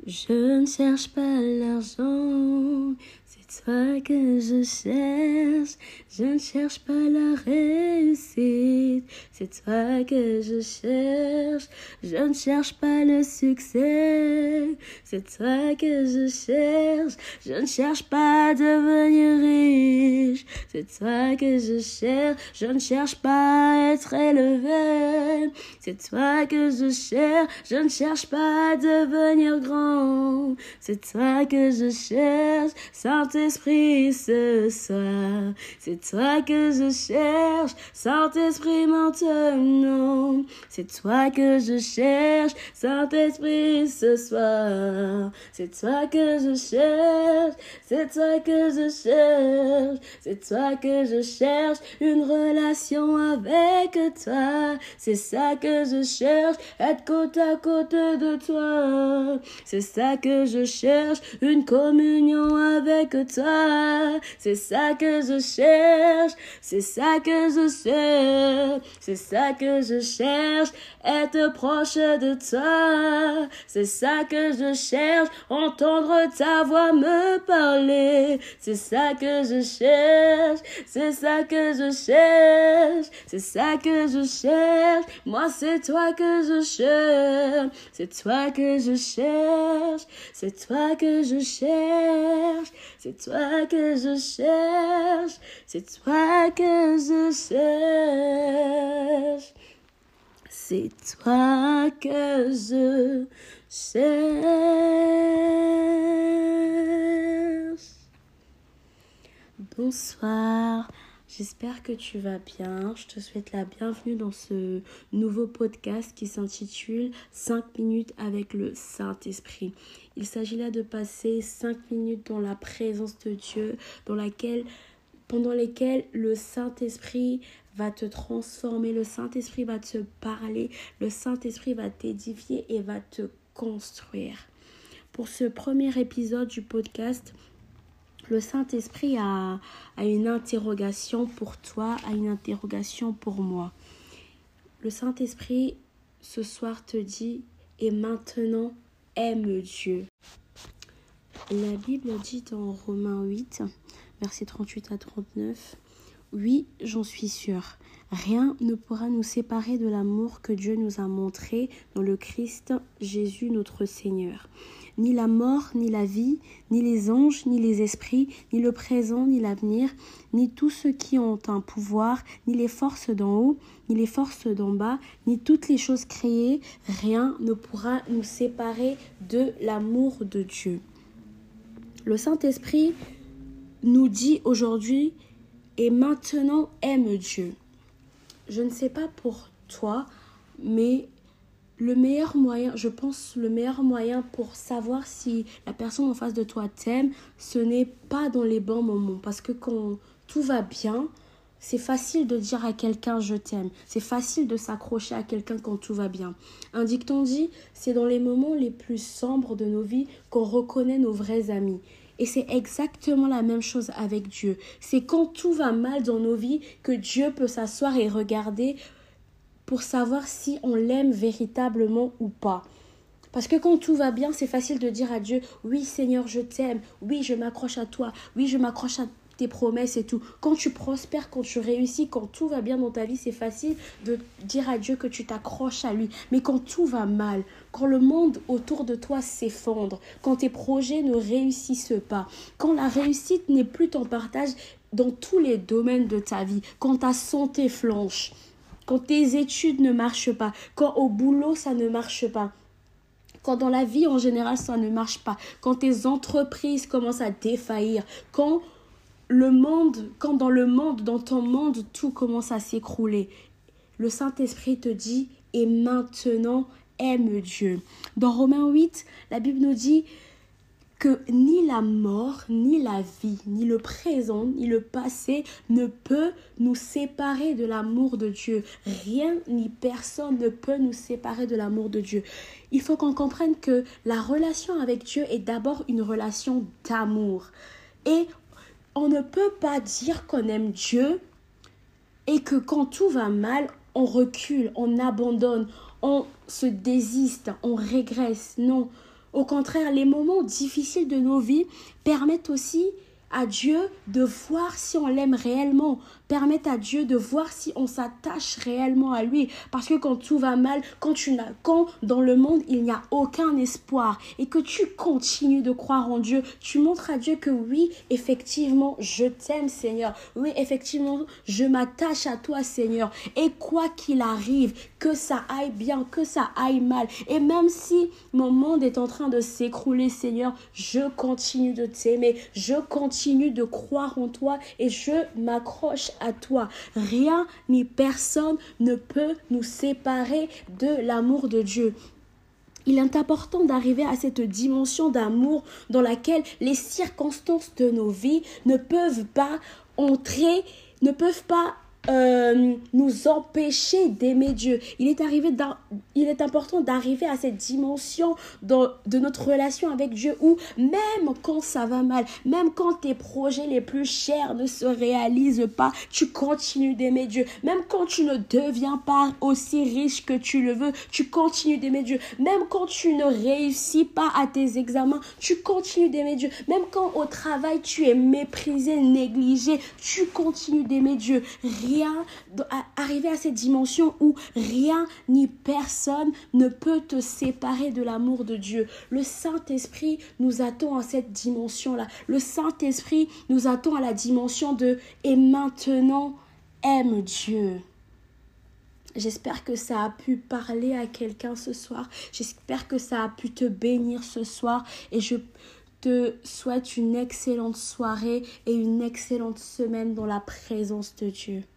Je ne cherche pas l'argent, c'est toi que je cherche. Je ne cherche pas la réussite, c'est toi que je cherche. Je ne cherche pas le succès, c'est toi que je cherche. Je ne cherche pas à devenir riche, c'est toi que je cherche. Je ne cherche pas à être élevé, c'est toi que je cherche. Je ne cherche pas à devenir grand, c'est toi que je cherche. Saint-Esprit ce soir, c'est toi que je cherche. Saint-Esprit maintenant, c'est toi que je cherche. Saint-Esprit ce soir, c'est toi que je cherche. C'est toi que je cherche, c'est toi que je cherche. Une relation avec toi, c'est ça que je cherche. Être côte à côte de toi, c'est ça que je cherche. Une communion avec toi, c'est ça que je cherche. C'est ça que je cherche, c'est ça que je cherche. Être proche de toi, c'est ça que je cherche. Entendre ta voix me parler, c'est ça que je cherche. C'est ça que je cherche, c'est ça que je cherche. Moi c'est toi que je cherche, c'est toi que je cherche. C'est toi que je cherche, c'est toi que je cherche. C'est toi que je cherche. C'est toi que je cherche. Bonsoir, j'espère que tu vas bien. Je te souhaite la bienvenue dans ce nouveau podcast qui s'intitule 5 minutes avec le Saint-Esprit. Il s'agit là de passer 5 minutes dans la présence de Dieu, pendant lesquelles le Saint-Esprit va te transformer, le Saint-Esprit va te parler, le Saint-Esprit va t'édifier et va te construire. Pour ce premier épisode du podcast, le Saint-Esprit a une interrogation pour toi, a une interrogation pour moi. Le Saint-Esprit, ce soir, te dit « Et maintenant, aime Dieu ». La Bible dit dans Romains 8, versets 38 à 39, « Oui, j'en suis sûre, rien ne pourra nous séparer de l'amour que Dieu nous a montré dans le Christ Jésus notre Seigneur. Ni la mort, ni la vie, ni les anges, ni les esprits, ni le présent, ni l'avenir, ni tous ceux qui ont un pouvoir, ni les forces d'en haut, ni les forces d'en bas, ni toutes les choses créées, rien ne pourra nous séparer de l'amour de Dieu. » Le Saint-Esprit nous dit aujourd'hui « Et maintenant, aime Dieu ». Je ne sais pas pour toi, mais le meilleur moyen pour savoir si la personne en face de toi t'aime, ce n'est pas dans les bons moments. Parce que quand tout va bien, c'est facile de dire à quelqu'un « je t'aime ». C'est facile de s'accrocher à quelqu'un quand tout va bien. Un dicton dit « c'est dans les moments les plus sombres de nos vies qu'on reconnaît nos vrais amis ». Et c'est exactement la même chose avec Dieu. C'est quand tout va mal dans nos vies que Dieu peut s'asseoir et regarder pour savoir si on l'aime véritablement ou pas. Parce que quand tout va bien, c'est facile de dire à Dieu « Oui Seigneur, je t'aime. Oui, je m'accroche à toi. Oui, je m'accroche à tes promesses et tout. » Quand tu prospères, quand tu réussis, quand tout va bien dans ta vie, c'est facile de dire à Dieu que tu t'accroches à lui. Mais quand tout va mal, quand le monde autour de toi s'effondre, quand tes projets ne réussissent pas, quand la réussite n'est plus ton partage dans tous les domaines de ta vie, quand ta santé flanche, quand tes études ne marchent pas, quand au boulot ça ne marche pas, quand dans la vie en général ça ne marche pas, quand tes entreprises commencent à défaillir, quand dans ton monde, tout commence à s'écrouler, le Saint-Esprit te dit « Et maintenant, aime Dieu ». Dans Romains 8, la Bible nous dit que ni la mort, ni la vie, ni le présent, ni le passé ne peut nous séparer de l'amour de Dieu. Rien ni personne ne peut nous séparer de l'amour de Dieu. Il faut qu'on comprenne que la relation avec Dieu est d'abord une relation d'amour. Et on ne peut pas dire qu'on aime Dieu et que quand tout va mal, on recule, on abandonne, on se désiste, on régresse. Non. Au contraire, les moments difficiles de nos vies permettent aussi à Dieu de voir si on l'aime réellement, permettent à Dieu de voir si on s'attache réellement à lui. Parce que quand tout va mal, quand dans le monde il n'y a aucun espoir et que tu continues de croire en Dieu, tu montres à Dieu que oui, effectivement, je t'aime Seigneur. Oui, effectivement, je m'attache à toi Seigneur. Et quoi qu'il arrive, que ça aille bien, que ça aille mal. Et même si mon monde est en train de s'écrouler Seigneur, je continue de t'aimer, je continue de croire en toi et je m'accroche à toi. Rien ni personne ne peut nous séparer de l'amour de Dieu. Il est important d'arriver à cette dimension d'amour dans laquelle les circonstances de nos vies ne peuvent pas entrer, ne peuvent pas nous empêcher d'aimer Dieu. Il est important d'arriver à cette dimension de notre relation avec Dieu où même quand ça va mal, même quand tes projets les plus chers ne se réalisent pas, tu continues d'aimer Dieu. Même quand tu ne deviens pas aussi riche que tu le veux, tu continues d'aimer Dieu. Même quand tu ne réussis pas à tes examens, tu continues d'aimer Dieu. Même quand au travail tu es méprisé, négligé, tu continues d'aimer Dieu. Arriver à cette dimension où rien ni personne ne peut te séparer de l'amour de Dieu. Le Saint-Esprit nous attend à cette dimension-là. Le Saint-Esprit nous attend à la dimension de « et maintenant, aime Dieu ». J'espère que ça a pu parler à quelqu'un ce soir. J'espère que ça a pu te bénir ce soir et je te souhaite une excellente soirée et une excellente semaine dans la présence de Dieu.